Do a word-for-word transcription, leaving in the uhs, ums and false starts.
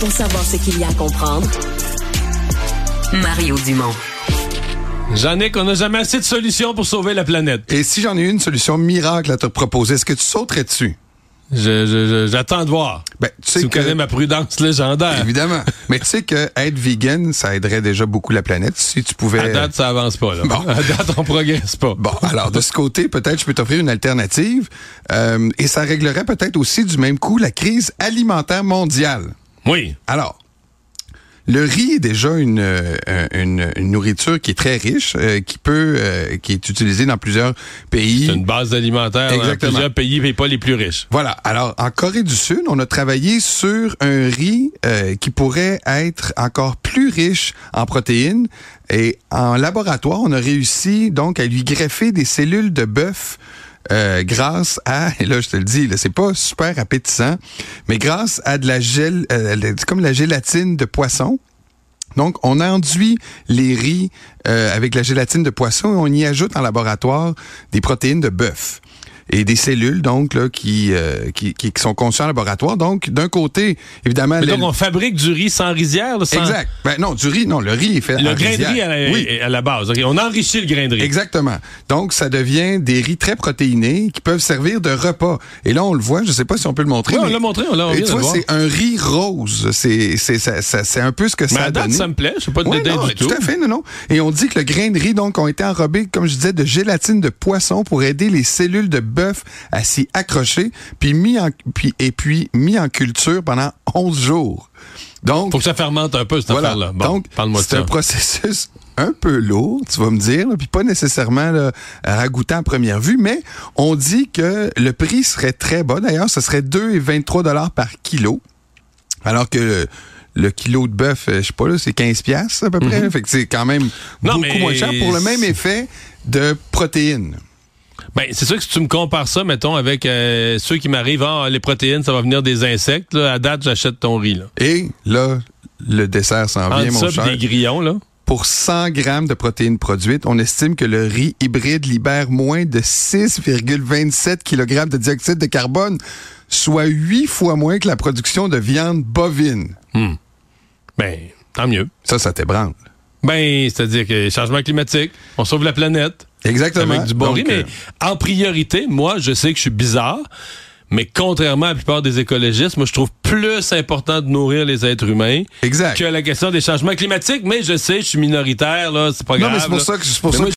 Pour savoir ce qu'il y a à comprendre, Mario Dumont. Jean-Nic, on n'a jamais assez de solutions pour sauver la planète. Et si j'en ai une solution miracle à te proposer, est-ce que tu sauterais dessus? Je, je, je, j'attends de voir. Ben, tu sais tu que, connais ma prudence légendaire. Évidemment. Mais tu sais que être vegan, ça aiderait déjà beaucoup la planète si tu pouvais... À date, ça avance pas. Là. Bon. À date, on progresse pas. Bon, alors de ce côté, peut-être je peux t'offrir une alternative euh, et ça réglerait peut-être aussi du même coup la crise alimentaire mondiale. Oui. Alors, le riz est déjà une, euh, une, une nourriture qui est très riche, euh, qui peut, euh, qui est utilisée dans plusieurs pays. C'est une base alimentaire dans plusieurs pays, mais pas les plus riches. Voilà. Alors, en Corée du Sud, on a travaillé sur un riz euh, qui pourrait être encore plus riche en protéines. Et en laboratoire, on a réussi donc à lui greffer des cellules de bœuf Euh, grâce à, et là je te le dis, là, c'est pas super appétissant, mais grâce à de la gel, euh, c'est comme la gélatine de poisson. Donc, on enduit les riz euh, avec la gélatine de poisson et on y ajoute en laboratoire des protéines de bœuf. Et des cellules, donc, là, qui, euh, qui, qui, qui sont conçues en laboratoire. Donc, d'un côté, évidemment... Mais donc, les... on fabrique du riz sans rizière? Là, sans... Exact. Ben non, du riz, non, le riz est fait le en grain rizière. de riz à la, oui. à la base. Okay. On enrichit le grain de riz. Exactement. Donc, ça devient des riz très protéinés qui peuvent servir de repas. Et là, on le voit, je sais pas si on peut le montrer. Oui, mais... on l'a montré, on l'a on Et vient tu de vois, voir. c'est un riz rose. C'est, c'est, ça, ça, c'est un peu ce que mais ça à a date, donné. ça me plaît. Je sais pas de ouais, dédain non, du tout. tout. Tout à fait, non, non. Et on dit que le grain de riz, donc, ont été enrobés, comme je disais, de gélatine de poisson pour aider les cellules de bœuf à s'y accrocher, puis mis en, puis, et puis mis en culture pendant onze jours. Donc, faut que ça fermente un peu, cette voilà. affaire-là. Bon, donc, parle-moi de c'est ça. un processus un peu lourd, tu vas me dire, là, puis pas nécessairement là, ragoûtant à première vue, mais on dit que le prix serait très bas. D'ailleurs, ce serait deux virgule vingt-trois dollars par kilo, alors que le, le kilo de bœuf, je sais pas, là, c'est quinze piastres à peu près. Mm-hmm. Fait que c'est quand même non, beaucoup mais... moins cher pour le même effet de protéines. Ben, c'est sûr que si tu me compares ça, mettons, avec euh, ceux qui m'arrivent, ah, les protéines, ça va venir des insectes, là, à date, j'achète ton riz, là. Et là, le dessert s'en vient, mon ça, cher. des grillons, là. Pour cent grammes de protéines produites, on estime que le riz hybride libère moins de six virgule vingt-sept kilogrammes de dioxyde de carbone, soit huit fois moins que la production de viande bovine. Hmm. Ben, tant mieux. Ça, ça t'ébranle. Ben, c'est-à-dire que changement climatique, on sauve la planète. Exactement. Avec du bon Donc, riz, mais euh... en priorité, moi, je sais que je suis bizarre, mais contrairement à la plupart des écologistes, moi, je trouve plus important de nourrir les êtres humains exact. que la question des changements climatiques, mais je sais, je suis minoritaire, là, c'est pas non, grave. Non, mais c'est pour là. ça que... C'est pour mais ça moi, que